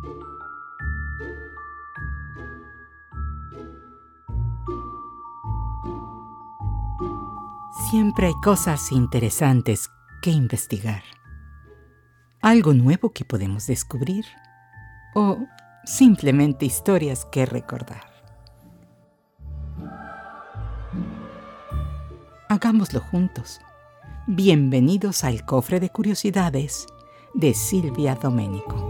Siempre hay cosas interesantes que investigar. Algo nuevo que podemos descubrir. O simplemente historias que recordar. Hagámoslo juntos. Bienvenidos al Cofre de Curiosidades de Silvia Domenico.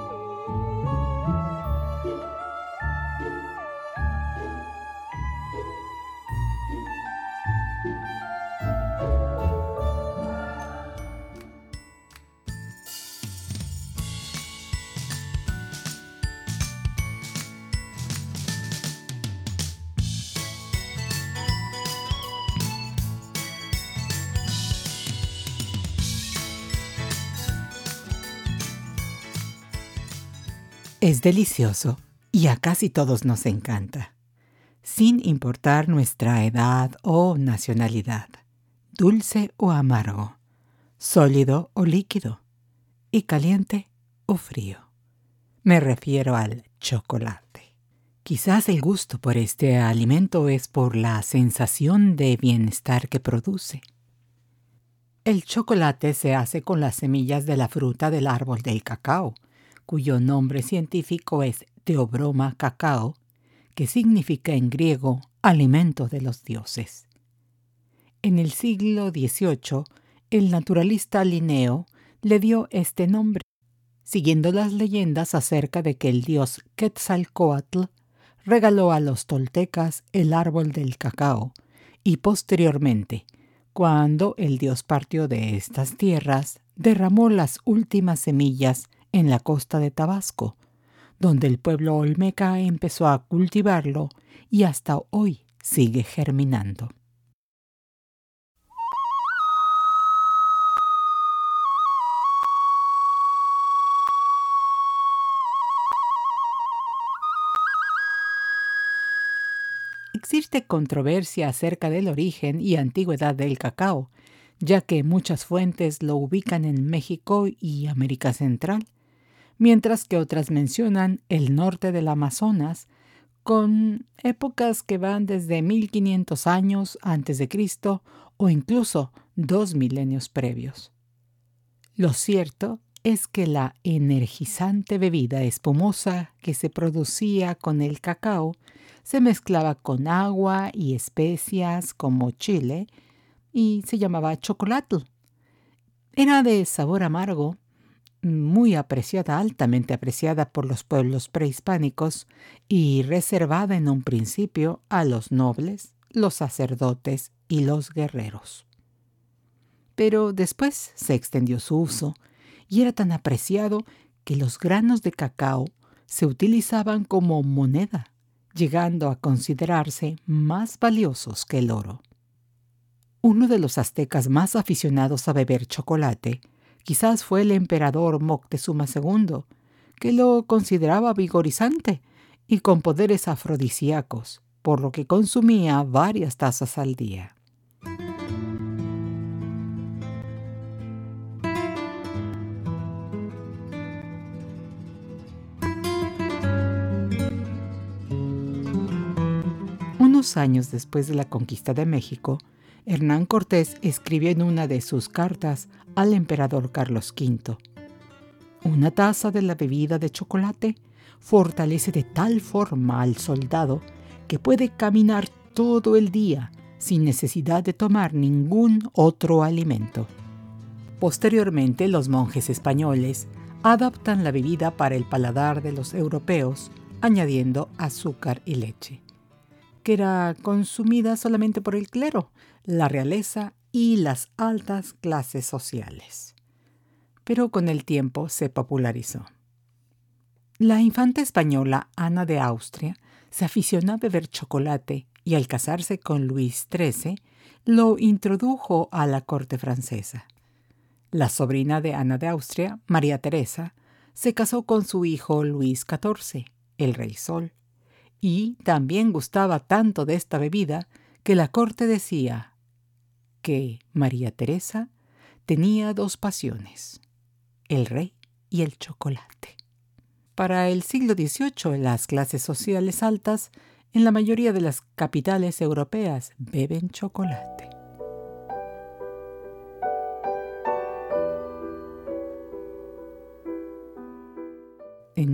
Es delicioso y a casi todos nos encanta, sin importar nuestra edad o nacionalidad, dulce o amargo, sólido o líquido, y caliente o frío. Me refiero al chocolate. Quizás el gusto por este alimento es por la sensación de bienestar que produce. El chocolate se hace con las semillas de la fruta del árbol del cacao, cuyo nombre científico es Theobroma cacao, que significa en griego alimento de los dioses. En el siglo XVIII, el naturalista Linneo le dio este nombre, siguiendo las leyendas acerca de que el dios Quetzalcóatl regaló a los toltecas el árbol del cacao y posteriormente, cuando el dios partió de estas tierras, derramó las últimas semillas en la costa de Tabasco, donde el pueblo olmeca empezó a cultivarlo y hasta hoy sigue germinando. Existe controversia acerca del origen y antigüedad del cacao, ya que muchas fuentes lo ubican en México y América Central, mientras que otras mencionan el norte del Amazonas, con épocas que van desde 1500 años antes de Cristo o incluso 2 milenios previos. Lo cierto es que la energizante bebida espumosa que se producía con el cacao se mezclaba con agua y especias como chile y se llamaba chocolatl. Era de sabor amargo, muy apreciada, altamente apreciada por los pueblos prehispánicos y reservada en un principio a los nobles, los sacerdotes y los guerreros. Pero después se extendió su uso y era tan apreciado que los granos de cacao se utilizaban como moneda, llegando a considerarse más valiosos que el oro. Uno de los aztecas más aficionados a beber chocolate quizás fue el emperador Moctezuma II, que lo consideraba vigorizante y con poderes afrodisíacos, por lo que consumía varias tazas al día. Unos años después de la conquista de México, Hernán Cortés escribió en una de sus cartas al emperador Carlos V: una taza de la bebida de chocolate fortalece de tal forma al soldado que puede caminar todo el día sin necesidad de tomar ningún otro alimento. Posteriormente, los monjes españoles adaptan la bebida para el paladar de los europeos, añadiendo azúcar y leche, que era consumida solamente por el clero, la realeza y las altas clases sociales. Pero con el tiempo se popularizó. La infanta española Ana de Austria se aficionó a beber chocolate y al casarse con Luis XIII lo introdujo a la corte francesa. La sobrina de Ana de Austria, María Teresa, se casó con su hijo Luis XIV, el Rey Sol, y también gustaba tanto de esta bebida que la corte decía que María Teresa tenía 2 pasiones, el rey y el chocolate. Para el siglo XVIII, las clases sociales altas en la mayoría de las capitales europeas beben chocolate. En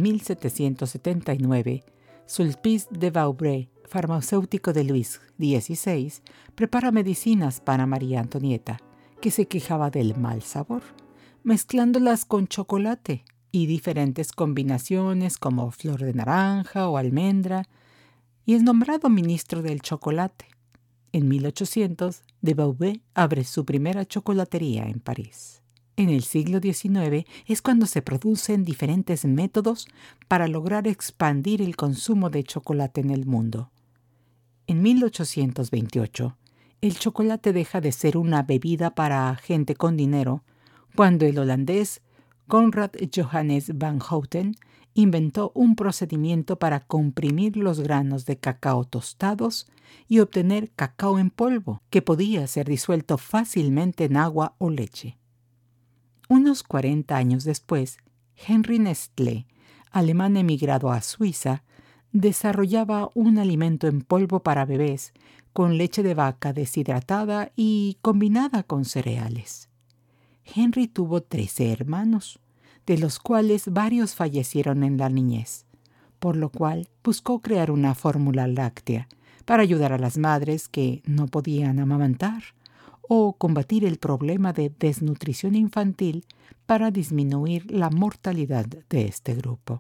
1779, Sulpice de Vaubray, farmacéutico de Luis XVI, prepara medicinas para María Antonieta, que se quejaba del mal sabor, mezclándolas con chocolate y diferentes combinaciones como flor de naranja o almendra, y es nombrado ministro del chocolate. En 1800, de Vaubray abre su primera chocolatería en París. En el siglo XIX es cuando se producen diferentes métodos para lograr expandir el consumo de chocolate en el mundo. En 1828, el chocolate deja de ser una bebida para gente con dinero cuando el holandés Conrad Johannes van Houten inventó un procedimiento para comprimir los granos de cacao tostados y obtener cacao en polvo, que podía ser disuelto fácilmente en agua o leche. Unos 40 años después, Henri Nestlé, alemán emigrado a Suiza, desarrollaba un alimento en polvo para bebés con leche de vaca deshidratada y combinada con cereales. Henri tuvo 13 hermanos, de los cuales varios fallecieron en la niñez, por lo cual buscó crear una fórmula láctea para ayudar a las madres que no podían amamantar o combatir el problema de desnutrición infantil para disminuir la mortalidad de este grupo.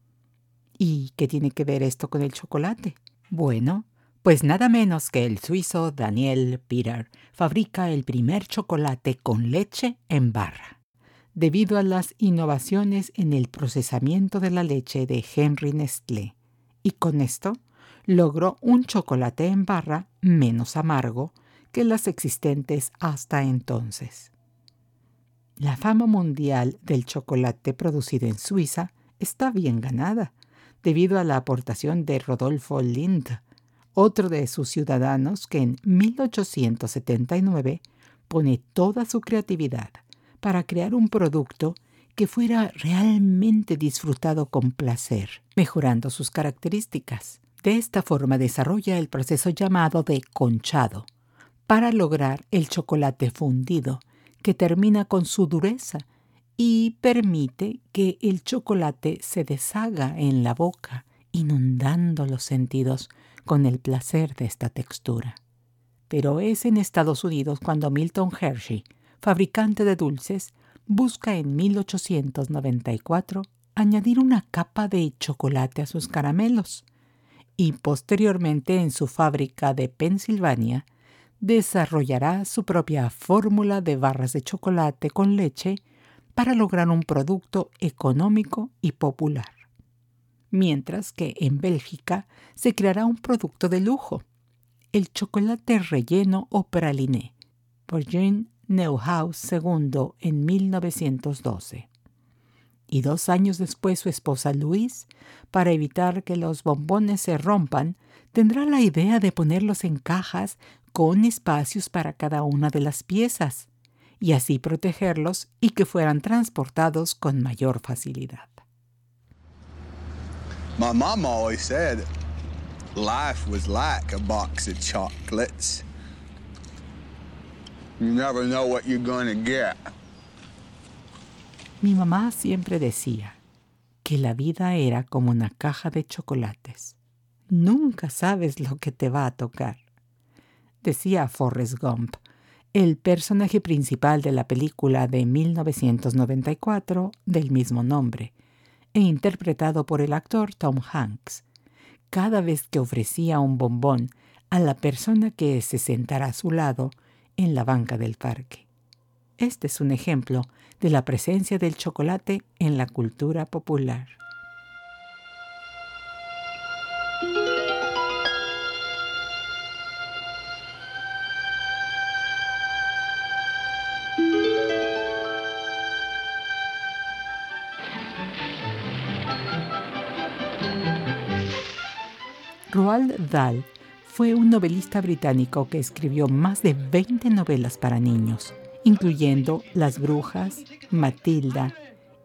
¿Y qué tiene que ver esto con el chocolate? Bueno, pues nada menos que el suizo Daniel Peter fabrica el primer chocolate con leche en barra, debido a las innovaciones en el procesamiento de la leche de Henri Nestlé, y con esto logró un chocolate en barra menos amargo que las existentes hasta entonces. La fama mundial del chocolate producido en Suiza está bien ganada, debido a la aportación de Rodolfo Lindt, otro de sus ciudadanos que en 1879 pone toda su creatividad para crear un producto que fuera realmente disfrutado con placer, mejorando sus características. De esta forma desarrolla el proceso llamado de conchado, para lograr el chocolate fundido, que termina con su dureza y permite que el chocolate se deshaga en la boca, inundando los sentidos con el placer de esta textura. Pero es en Estados Unidos cuando Milton Hershey, fabricante de dulces, busca en 1894 añadir una capa de chocolate a sus caramelos, y posteriormente en su fábrica de Pensilvania desarrollará su propia fórmula de barras de chocolate con leche para lograr un producto económico y popular. Mientras que en Bélgica se creará un producto de lujo, el chocolate relleno o praliné, por Jean Neuhaus II en 1912. Y 2 años después su esposa Louise, para evitar que los bombones se rompan, tendrá la idea de ponerlos en cajas con espacios para cada una de las piezas, y así protegerlos y que fueran transportados con mayor facilidad. My mom always said life was like a box of chocolates. You never know what you're gonna get. Mi mamá siempre decía que la vida era como una caja de chocolates. Nunca sabes lo que te va a tocar. Decía Forrest Gump, el personaje principal de la película de 1994 del mismo nombre, e interpretado por el actor Tom Hanks, cada vez que ofrecía un bombón a la persona que se sentara a su lado en la banca del parque. Este es un ejemplo de la presencia del chocolate en la cultura popular. Roald Dahl fue un novelista británico que escribió más de 20 novelas para niños, incluyendo Las Brujas, Matilda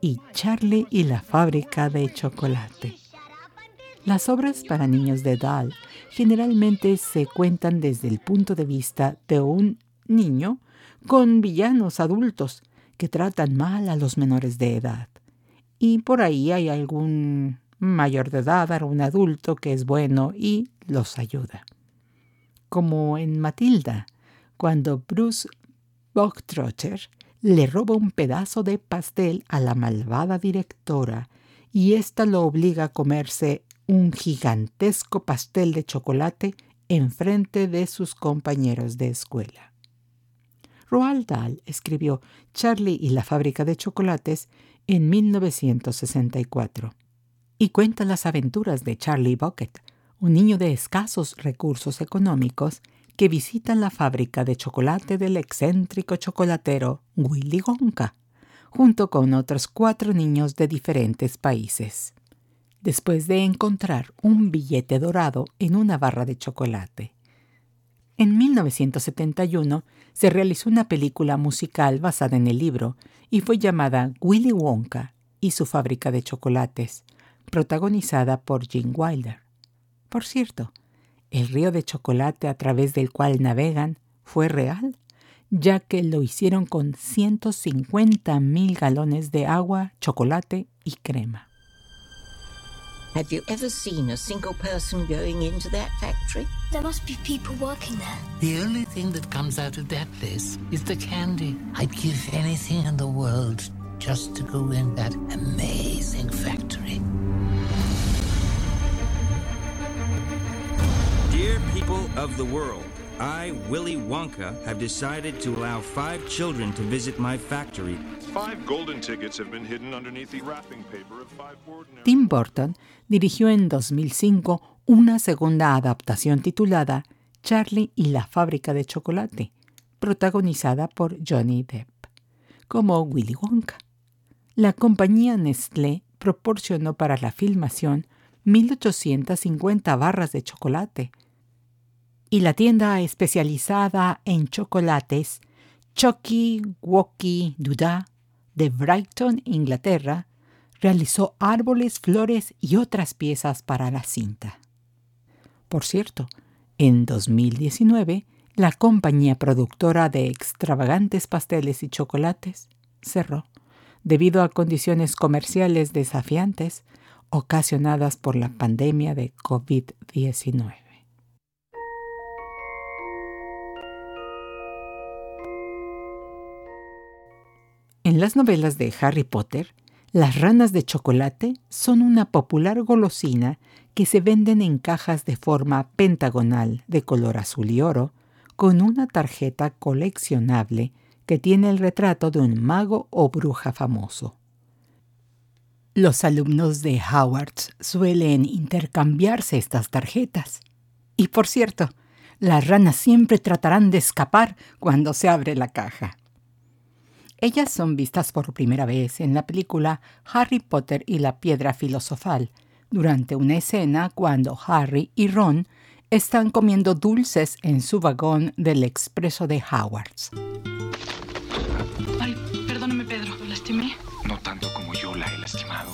y Charlie y la fábrica de chocolate. Las obras para niños de Dahl generalmente se cuentan desde el punto de vista de un niño con villanos adultos que tratan mal a los menores de edad. Y por ahí hay algún mayor de edad, algún adulto que es bueno y los ayuda. Como en Matilda, cuando Bruce Bogtrotter le roba un pedazo de pastel a la malvada directora y ésta lo obliga a comerse un gigantesco pastel de chocolate enfrente de sus compañeros de escuela. Roald Dahl escribió Charlie y la fábrica de chocolates en 1964 y cuenta las aventuras de Charlie Bucket, un niño de escasos recursos económicos que visita la fábrica de chocolate del excéntrico chocolatero Willy Wonka, junto con otros 4 niños de diferentes países, después de encontrar un billete dorado en una barra de chocolate. En 1971 se realizó una película musical basada en el libro y fue llamada Willy Wonka y su fábrica de chocolates, protagonizada por Gene Wilder. Por cierto, el río de chocolate a través del cual navegan fue real, ya que lo hicieron con 150,000 galones de agua, chocolate y crema. Have you ever seen a single person going into that factory? There must be people working there. The only thing that comes out of that place is the candy. I'd give anything in the world just to go in that amazing factory. Dear people of the world, I, Willy Wonka, have decided to allow 5 children to visit my factory. 5 golden tickets have been hidden underneath the wrapping paper of 5 ordinary... Tim Burton dirigió en 2005 una segunda adaptación titulada Charlie y la fábrica de chocolate, protagonizada por Johnny Depp, como Willy Wonka. La compañía Nestlé proporcionó para la filmación 1,850 barras de chocolate, y la tienda especializada en chocolates Chucky Wocky Duda de Brighton, Inglaterra, realizó árboles, flores y otras piezas para la cinta. Por cierto, en 2019, la compañía productora de extravagantes pasteles y chocolates cerró debido a condiciones comerciales desafiantes ocasionadas por la pandemia de COVID-19. En las novelas de Harry Potter, las ranas de chocolate son una popular golosina que se venden en cajas de forma pentagonal de color azul y oro, con una tarjeta coleccionable que tiene el retrato de un mago o bruja famoso. Los alumnos de Howard suelen intercambiarse estas tarjetas. Y por cierto, las ranas siempre tratarán de escapar cuando se abre la caja. Ellas son vistas por primera vez en la película Harry Potter y la Piedra Filosofal, durante una escena cuando Harry y Ron están comiendo dulces en su vagón del expreso de Hogwarts. Ay, perdóname, Pedro, ¿lo lastimé? No tanto como yo la he lastimado.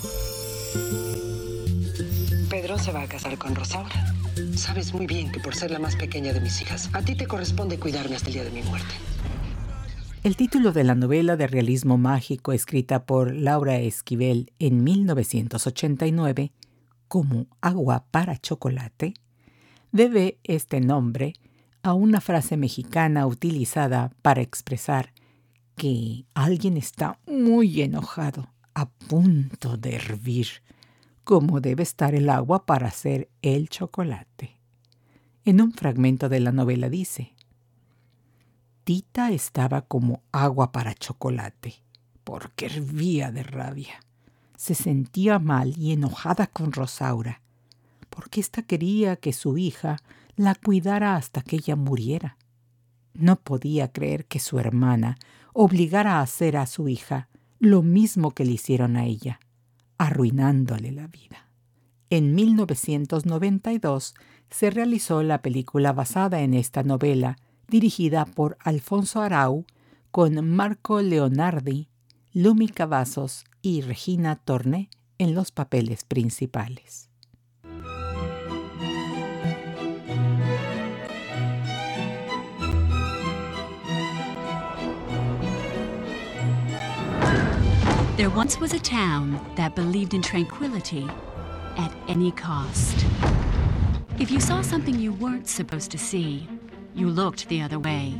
Pedro se va a casar con Rosaura. Sabes muy bien que por ser la más pequeña de mis hijas, a ti te corresponde cuidarme hasta el día de mi muerte. El título de la novela de realismo mágico escrita por Laura Esquivel en 1989, como Agua para Chocolate, debe este nombre a una frase mexicana utilizada para expresar que alguien está muy enojado, a punto de hervir, como debe estar el agua para hacer el chocolate. En un fragmento de la novela dice: Tita estaba como agua para chocolate, porque hervía de rabia. Se sentía mal y enojada con Rosaura, porque ésta quería que su hija la cuidara hasta que ella muriera. No podía creer que su hermana obligara a hacer a su hija lo mismo que le hicieron a ella, arruinándole la vida. En 1992 se realizó la película basada en esta novela, dirigida por Alfonso Arau, con Marco Leonardi, Lumi Cavazos y Regina Torné en los papeles principales. There once was a town that believed in tranquility at any cost. If you saw something you weren't supposed to see, you looked the other way.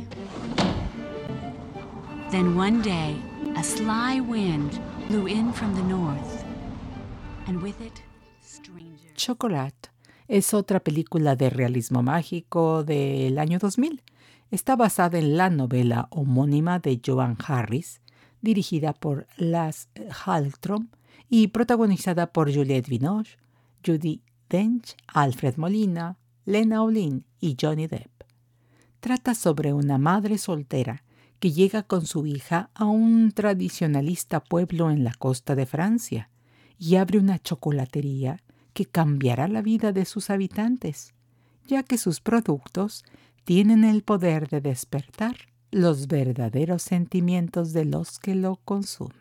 Then one day, a sly wind blew in from the north, and with it, strangers. Chocolat es otra película de realismo mágico del año 2000. Está basada en la novela homónima de Joan Harris, dirigida por Lasse Hallström y protagonizada por Juliette Binoche, Judi Dench, Alfred Molina, Lena Olin y Johnny Depp. Trata sobre una madre soltera que llega con su hija a un tradicionalista pueblo en la costa de Francia y abre una chocolatería que cambiará la vida de sus habitantes, ya que sus productos tienen el poder de despertar los verdaderos sentimientos de los que lo consumen.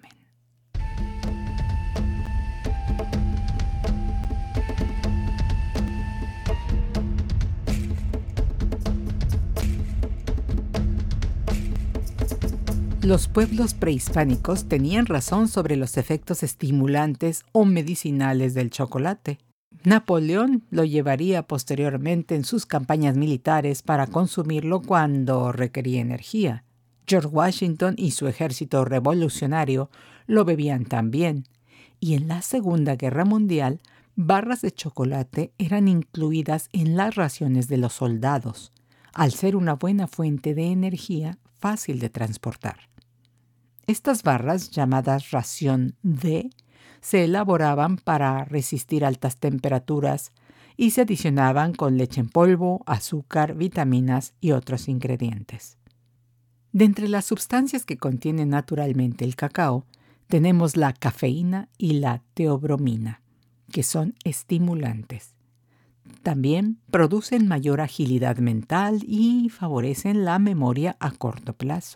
Los pueblos prehispánicos tenían razón sobre los efectos estimulantes o medicinales del chocolate. Napoleón lo llevaría posteriormente en sus campañas militares para consumirlo cuando requería energía. George Washington y su ejército revolucionario lo bebían también. Y en la Segunda Guerra Mundial, barras de chocolate eran incluidas en las raciones de los soldados, al ser una buena fuente de energía fácil de transportar. Estas barras, llamadas ración D, se elaboraban para resistir altas temperaturas y se adicionaban con leche en polvo, azúcar, vitaminas y otros ingredientes. De entre las sustancias que contiene naturalmente el cacao, tenemos la cafeína y la teobromina, que son estimulantes. También producen mayor agilidad mental y favorecen la memoria a corto plazo.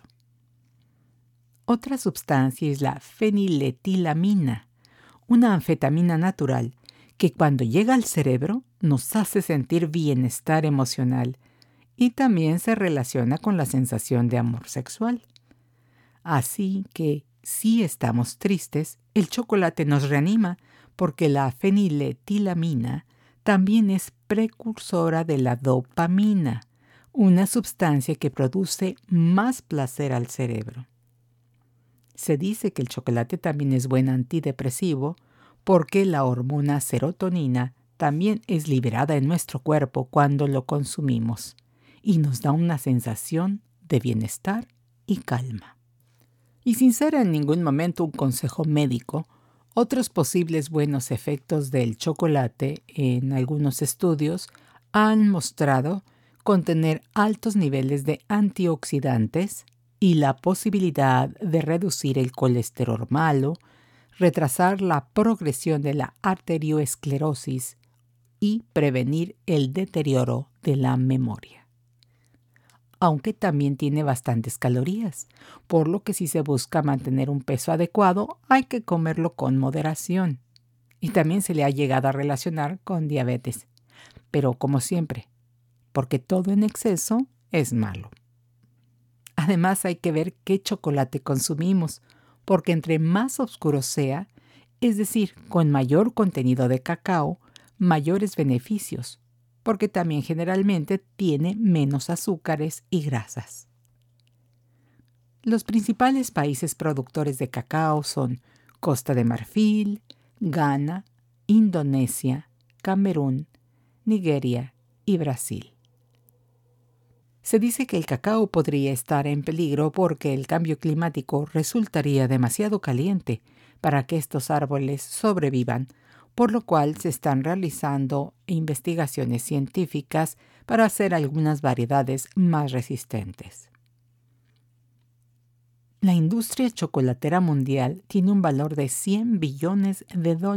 Otra sustancia es la feniletilamina, una anfetamina natural que cuando llega al cerebro nos hace sentir bienestar emocional y también se relaciona con la sensación de amor sexual. Así que, si estamos tristes, el chocolate nos reanima porque la feniletilamina también es precursora de la dopamina, una sustancia que produce más placer al cerebro. Se dice que el chocolate también es buen antidepresivo porque la hormona serotonina también es liberada en nuestro cuerpo cuando lo consumimos y nos da una sensación de bienestar y calma. Y sin ser en ningún momento un consejo médico, otros posibles buenos efectos del chocolate en algunos estudios han mostrado contener altos niveles de antioxidantes y la posibilidad de reducir el colesterol malo, retrasar la progresión de la arterioesclerosis y prevenir el deterioro de la memoria. Aunque también tiene bastantes calorías, por lo que si se busca mantener un peso adecuado, hay que comerlo con moderación. Y también se le ha llegado a relacionar con diabetes, pero como siempre, porque todo en exceso es malo. Además hay que ver qué chocolate consumimos, porque entre más oscuro sea, es decir, con mayor contenido de cacao, mayores beneficios, porque también generalmente tiene menos azúcares y grasas. Los principales países productores de cacao son Costa de Marfil, Ghana, Indonesia, Camerún, Nigeria y Brasil. Se dice que el cacao podría estar en peligro porque el cambio climático resultaría demasiado caliente para que estos árboles sobrevivan, por lo cual se están realizando investigaciones científicas para hacer algunas variedades más resistentes. La industria chocolatera mundial tiene un valor de $100 billones.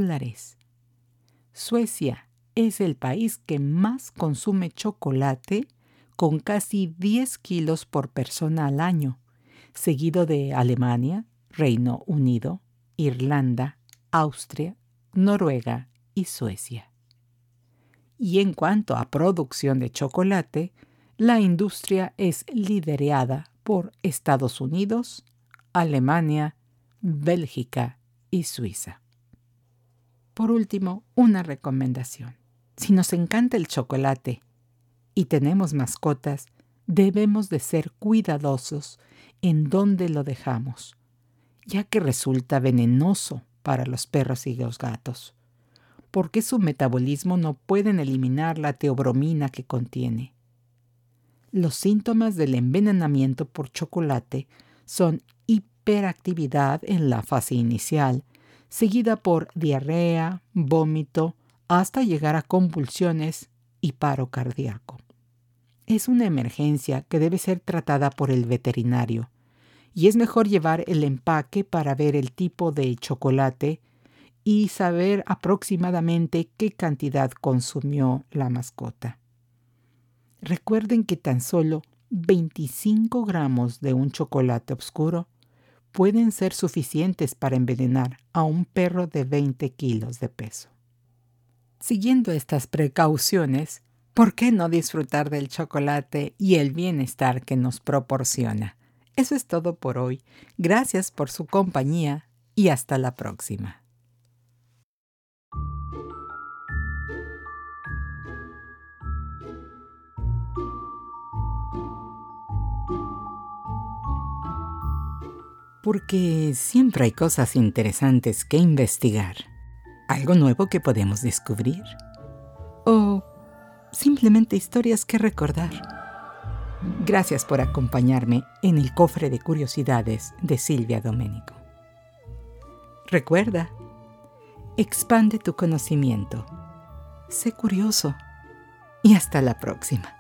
Suecia es el país que más consume chocolate, con casi 10 kilos por persona al año, seguido de Alemania, Reino Unido, Irlanda, Austria, Noruega y Suecia. Y en cuanto a producción de chocolate, la industria es liderada por Estados Unidos, Alemania, Bélgica y Suiza. Por último, una recomendación. Si nos encanta el chocolate y tenemos mascotas, debemos de ser cuidadosos en dónde lo dejamos, ya que resulta venenoso para los perros y los gatos, porque su metabolismo no pueden eliminar la teobromina que contiene. Los síntomas del envenenamiento por chocolate son hiperactividad en la fase inicial, seguida por diarrea, vómito, hasta llegar a convulsiones y paro cardíaco. Es una emergencia que debe ser tratada por el veterinario, y es mejor llevar el empaque para ver el tipo de chocolate y saber aproximadamente qué cantidad consumió la mascota. Recuerden que tan solo 25 gramos de un chocolate oscuro pueden ser suficientes para envenenar a un perro de 20 kilos de peso. Siguiendo estas precauciones, ¿por qué no disfrutar del chocolate y el bienestar que nos proporciona? Eso es todo por hoy. Gracias por su compañía y hasta la próxima. Porque siempre hay cosas interesantes que investigar, algo nuevo que podemos descubrir, o simplemente historias que recordar. Gracias por acompañarme en el cofre de curiosidades de Silvia Domenico. Recuerda, expande tu conocimiento, sé curioso y hasta la próxima.